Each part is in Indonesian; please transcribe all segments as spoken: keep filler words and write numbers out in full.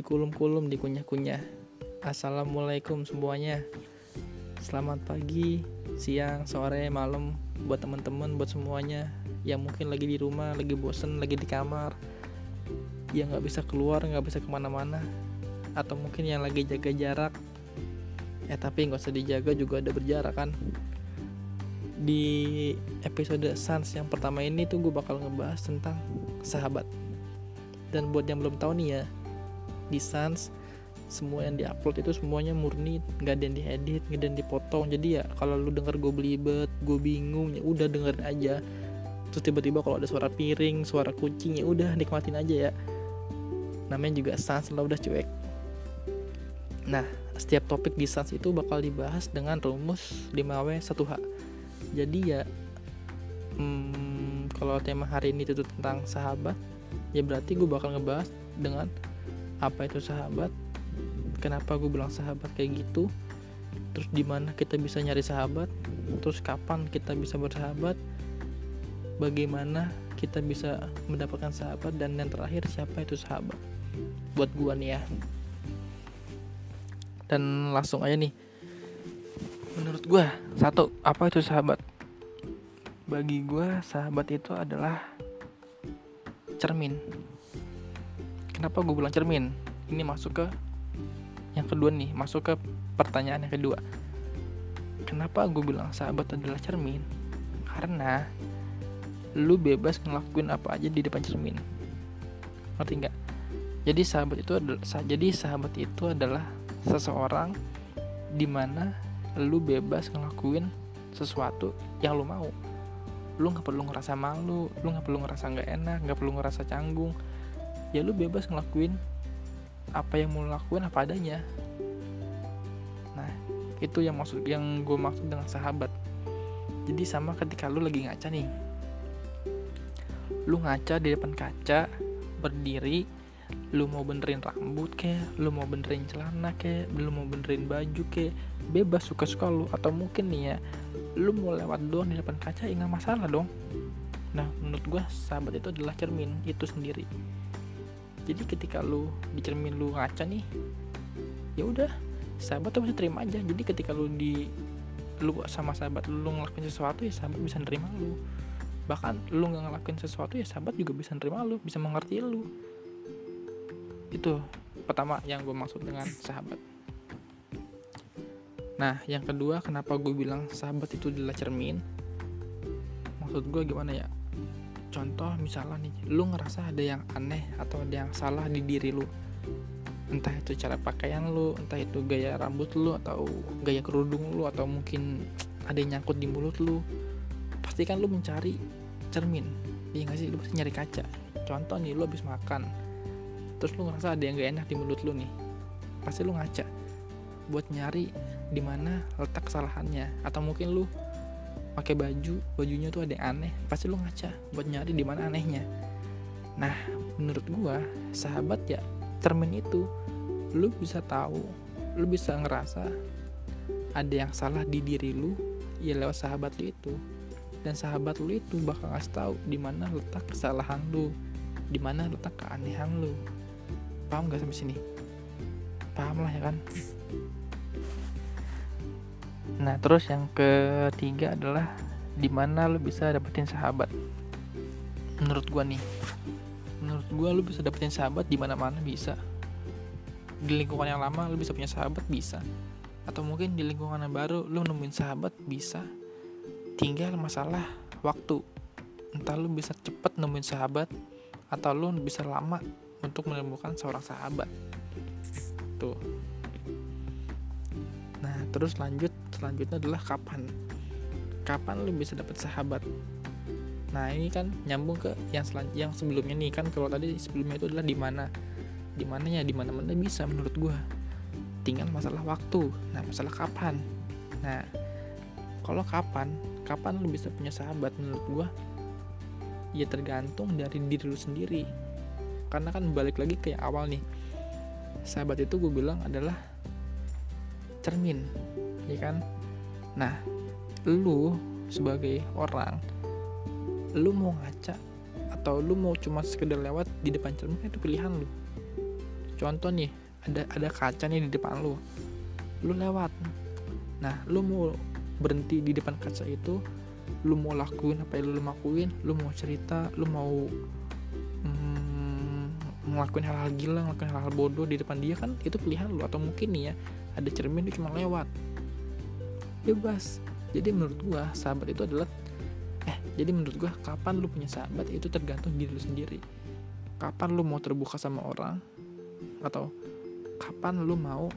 dikulum-kulum, dikunyah-kunyah. Assalamualaikum semuanya. Selamat pagi, siang, sore, malam buat teman-teman, buat semuanya yang mungkin lagi di rumah, lagi bosen, lagi di kamar, yang nggak bisa keluar, nggak bisa kemana-mana, atau mungkin yang lagi jaga jarak. Eh tapi nggak usah dijaga juga ada berjarak kan. Di episode Sans yang pertama ini tuh gue bakal ngebahas tentang sahabat. Dan buat yang belum tahu nih ya, di Sans semua yang diupload itu semuanya murni, nggak ada yang diedit, nggak ada yang dipotong. Jadi ya kalau lu denger gue belibet, gue bingung, ya udah dengerin aja. Terus tiba-tiba kalau ada suara piring, suara kucing, ya udah nikmatin aja ya. Namanya juga Sans lah, udah cuek. Nah, setiap topik di Sans itu bakal dibahas dengan rumus lima W satu H. Jadi ya hmm, kalau tema hari ini itu tentang sahabat, ya berarti gue bakal ngebahas dengan apa itu sahabat, kenapa gue bilang sahabat kayak gitu, terus di mana kita bisa nyari sahabat, terus kapan kita bisa bersahabat, bagaimana kita bisa mendapatkan sahabat, dan yang terakhir siapa itu sahabat buat gue nih ya. Dan langsung aja nih, menurut gue, satu, apa itu sahabat? Bagi gue sahabat itu adalah cermin. Kenapa gue bilang cermin? Ini masuk ke yang kedua nih, masuk ke pertanyaan yang kedua. Kenapa gue bilang sahabat adalah cermin? Karena lu bebas ngelakuin apa aja di depan cermin. Ngerti nggak? Jadi sahabat itu adalah, jadi sahabat itu adalah seseorang dimana lu bebas ngelakuin sesuatu yang lu mau. Lu nggak perlu ngerasa malu, lu nggak perlu ngerasa nggak enak, nggak perlu ngerasa canggung. Ya lu bebas ngelakuin apa yang mau lakuin apa adanya. Nah, itu yang maksud yang gue maksud dengan sahabat. Jadi sama ketika lu lagi ngaca nih, lu ngaca di depan kaca, berdiri, lu mau benerin rambut kek, lu mau benerin celana kek, lu mau benerin baju kek, bebas suka-suka lu. Atau mungkin nih ya, lu mau lewat doang di depan kaca, ya nggak masalah dong. Nah, menurut gue sahabat itu adalah cermin itu sendiri. Jadi ketika lu di cermin lu ngaca nih, ya udah, sahabat tuh bisa terima aja. Jadi ketika lu di lu sama sahabat lu, lu ngelakuin sesuatu, ya sahabat bisa nerima lu. Bahkan lu nggak ngelakuin sesuatu, ya sahabat juga bisa nerima lu, bisa mengerti lu. Itu pertama yang gue maksud dengan sahabat. Nah, yang kedua, kenapa gue bilang sahabat itu adalah cermin? Maksud gue gimana ya? Contoh misalnya nih, lu ngerasa ada yang aneh atau ada yang salah di diri lu. Entah itu cara pakaian lu, entah itu gaya rambut lu, atau gaya kerudung lu, atau mungkin ada yang nyangkut di mulut lu. Pasti kan lu mencari cermin. Iya gak sih? Lu pasti nyari kaca. Contoh nih, lu habis makan, terus lu ngerasa ada yang gak enak di mulut lu nih. Pasti lu ngaca buat nyari di mana letak kesalahannya. Atau mungkin lu pakai baju, bajunya tuh ada yang aneh, pasti lu ngaca buat nyari di mana anehnya. Nah, menurut gua sahabat ya cermin itu. Lu bisa tahu, lu bisa ngerasa ada yang salah di diri lu ya lewat sahabat lu itu. Dan sahabat lu itu bakal ngasih tahu di mana letak kesalahan lu, di mana letak keanehan lu. Paham gak sampai sini? Paham lah ya kan? Nah, terus yang ketiga adalah di mana lu bisa dapetin sahabat. Menurut gua nih, menurut gua lu bisa dapetin sahabat di mana-mana bisa. Di lingkungan yang lama lu bisa punya sahabat bisa. Atau mungkin di lingkungan yang baru lu nemuin sahabat bisa. Tinggal masalah waktu. Entah lu bisa cepet nemuin sahabat atau lu bisa lama untuk menemukan seorang sahabat. Tuh. Nah, terus lanjut selanjutnya adalah kapan. Kapan lu bisa dapet sahabat? Nah, ini kan nyambung ke yang selan- yang sebelumnya nih kan. Kalau tadi sebelumnya itu adalah di mana. Di mananya, di mana-mana bisa menurut gua. Tinggal masalah waktu. Nah, masalah kapan. Nah, kalau kapan, kapan lu bisa punya sahabat menurut gua? Ya tergantung dari diri lu sendiri. Karena kan balik lagi ke yang awal nih. Sahabat itu gue bilang adalah cermin, ya kan? Nah, lu sebagai orang, lu mau ngaca atau lu mau cuma sekedar lewat di depan cermin, itu pilihan lu. Contoh nih, ada ada kaca nih di depan lu, lu lewat. Nah, lu mau berhenti di depan kaca itu, lu mau lakuin apa yang lu lakuin, lu mau cerita, lu mau mm, ngelakuin hal-hal gila, ngelakuin hal-hal bodoh di depan dia, kan itu pilihan lu. Atau mungkin nih ya, ada cermin, lu cuma lewat, bebas. Jadi menurut gua sahabat itu adalah eh jadi menurut gua kapan lu punya sahabat itu tergantung diri lu sendiri. Kapan lu mau terbuka sama orang, atau kapan lu mau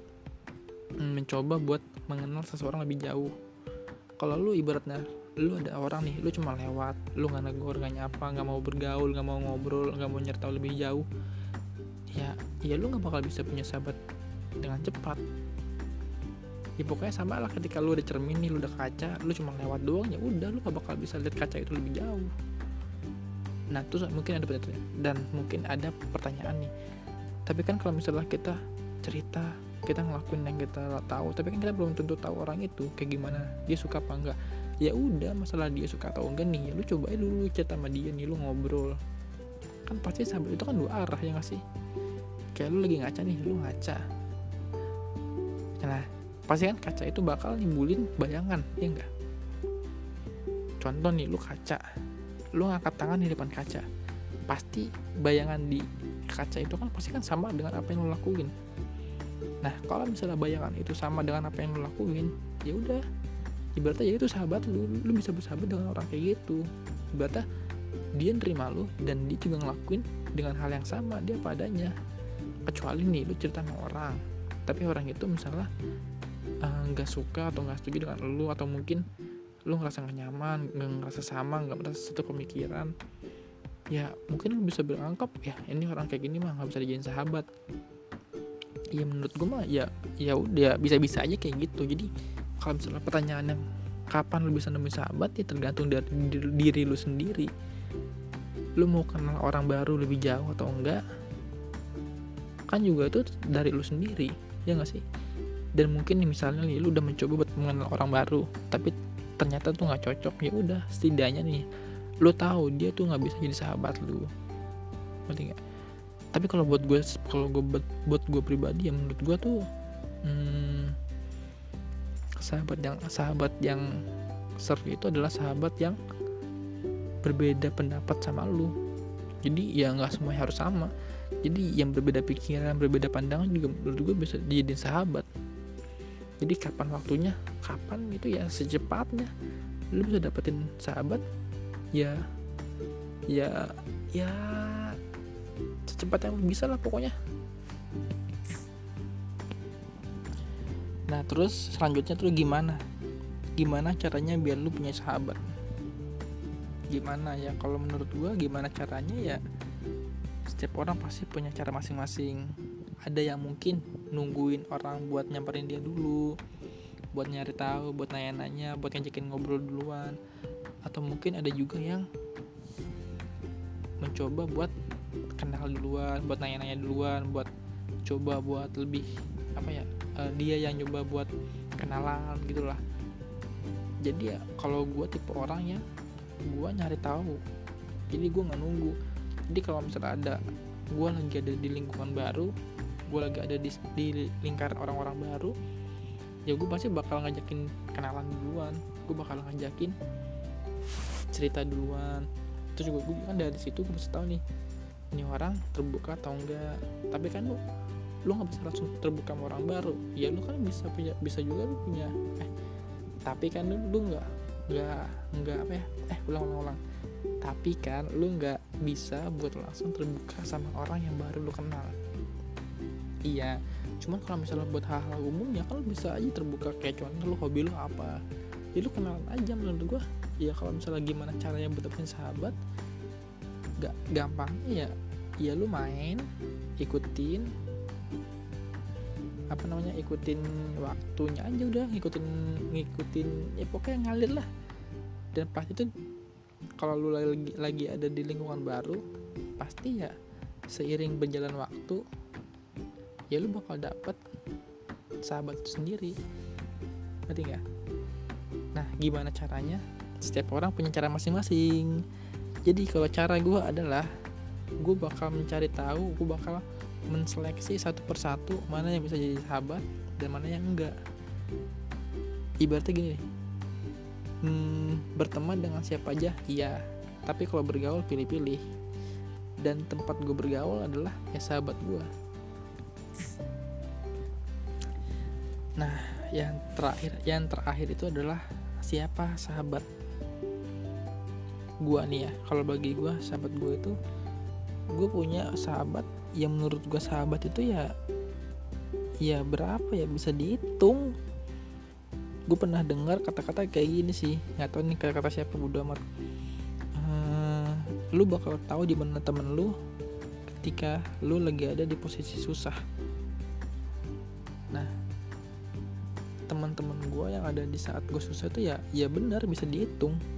mencoba buat mengenal seseorang lebih jauh. Kalau lu ibaratnya lu ada orang nih, lu cuma lewat, lu nggak negor, nggak nyapa, nggak mau bergaul, nggak mau ngobrol, nggak mau nyerta lebih jauh, ya ya lu nggak bakal bisa punya sahabat dengan cepat. Ya pokoknya sama lah, ketika lu ada cermin nih, lu udah kaca, lu cuma lewat doang, ya udah lu gak bakal bisa lihat kaca itu lebih jauh. Nah terus mungkin ada pertanyaan, dan mungkin ada pertanyaan nih, tapi kan kalau misalnya kita cerita, kita ngelakuin yang kita tahu, tapi kan kita belum tentu tahu orang itu kayak gimana, dia suka apa enggak. Ya udah, masalah dia suka atau enggak nih, ya lu cobain dulu chat sama dia nih, lu ngobrol. Kan pasti sahabat itu kan dua arah, ya gak sih? Kayak lu lagi ngaca nih, lu ngaca, nah pasti kan kaca itu bakal nimbulin bayangan, ya enggak? Contoh nih, lu kaca, lu ngangkat tangan di depan kaca, pasti bayangan di kaca itu kan pasti kan sama dengan apa yang lu lakuin. Nah kalau misalnya bayangan itu sama dengan apa yang lu lakuin, ya udah, ibaratnya ya itu sahabat lu, lu bisa bersahabat dengan orang kayak gitu. Ibaratnya dia nerima lu dan dia juga ngelakuin dengan hal yang sama, dia padanya. Kecuali nih lu cerita sama orang, tapi orang itu misalnya nggak uh, suka atau nggak setuju dengan lu, atau mungkin lu ngerasa gak nyaman, nggak ngerasa sama, nggak merasa satu pemikiran, ya mungkin lu bisa berangkap ya ini orang kayak gini mah nggak bisa dijadiin sahabat. Ya menurut gue mah ya ya udah, bisa-bisa aja kayak gitu. Jadi kalau misalnya pertanyaannya kapan lu bisa nemuin sahabat, ya tergantung dari diri, diri lu sendiri. Lu mau kenal orang baru lebih jauh atau enggak, kan juga itu dari lu sendiri, ya nggak sih? Dan mungkin nih misalnya nih lu udah mencoba buat mengenal orang baru, tapi ternyata tuh nggak cocok, ya udah, setidaknya nih lu tahu dia tuh nggak bisa jadi sahabat lu, ngerti nggak? Tapi kalau buat gue, kalau gue buat, buat gue pribadi, ya menurut gue tuh hmm, sahabat yang sahabat yang seru itu adalah sahabat yang berbeda pendapat sama lu. Jadi ya nggak semuanya harus sama. Jadi yang berbeda pikiran, berbeda pandangan juga menurut gue bisa dijadiin sahabat. Jadi kapan waktunya, kapan itu ya secepatnya lu bisa dapetin sahabat, ya ya ya secepat yang bisa lah pokoknya. Nah terus selanjutnya tuh gimana gimana caranya biar lu punya sahabat? Gimana ya, kalau menurut gua gimana caranya, ya setiap orang pasti punya cara masing-masing. Ada yang mungkin nungguin orang buat nyamperin dia dulu, buat nyari tahu, buat nanya-nanya, buat ngajakin ngobrol duluan. Atau mungkin ada juga yang mencoba buat kenal duluan, buat nanya-nanya duluan, buat coba buat lebih apa ya, uh, dia yang nyoba buat kenalan gitulah. Jadi ya kalau gue tipe orang yang gue nyari tahu, jadi gue nggak nunggu. Jadi kalau misalnya ada, gue lagi ada di lingkungan baru, gue lagi ada di, di lingkaran orang-orang baru, ya gue pasti bakal ngajakin kenalan duluan, gue bakal ngajakin cerita duluan. Terus juga gue kan dari situ gue bisa tahu nih, ini orang terbuka atau enggak. Tapi kan lu lu nggak bisa langsung terbuka sama orang baru, ya lu kan bisa punya, bisa juga lu punya eh tapi kan lu lu nggak nggak nggak apa ya eh ulang ulang ulang tapi kan lu nggak bisa buat langsung terbuka sama orang yang baru lu kenal. Iya, cuman kalau misalnya buat hal-hal umum ya kan lu bisa aja terbuka. Kayak contoh lu hobi lu apa, ya lu kenalan aja. Menurut gua ya kalau misalnya gimana caranya buat dapetin sahabat, gak gampangnya ya ya lu main, ikutin apa namanya ikutin waktunya aja, udah ngikutin ngikutin ya pokoknya ngalir lah. Dan pasti tuh kalau lu lagi lagi ada di lingkungan baru, pasti ya seiring berjalan waktu ya lu bakal dapet sahabat itu sendiri, ngerti nggak? Nah gimana caranya? Setiap orang punya cara masing-masing. Jadi kalau cara gue adalah gue bakal mencari tahu, gue bakal menseleksi satu persatu mana yang bisa jadi sahabat dan mana yang enggak. Ibaratnya gini, hmm, berteman dengan siapa aja iya, tapi kalau bergaul pilih-pilih. Dan tempat gue bergaul adalah ya sahabat gue. Nah, yang terakhir, yang terakhir itu adalah siapa sahabat gue nih ya. Kalau bagi gue sahabat gue itu, gue punya sahabat yang menurut gue sahabat itu ya, ya berapa ya, bisa dihitung. Gue pernah dengar kata-kata kayak gini sih, nggak tahu nih kata-kata siapa, bodo amat. Uh, lu bakal tahu di mana temen lu ketika lu lagi ada di posisi susah. Nah, teman-teman gue yang ada di saat gue susah itu ya, ya benar bisa dihitung.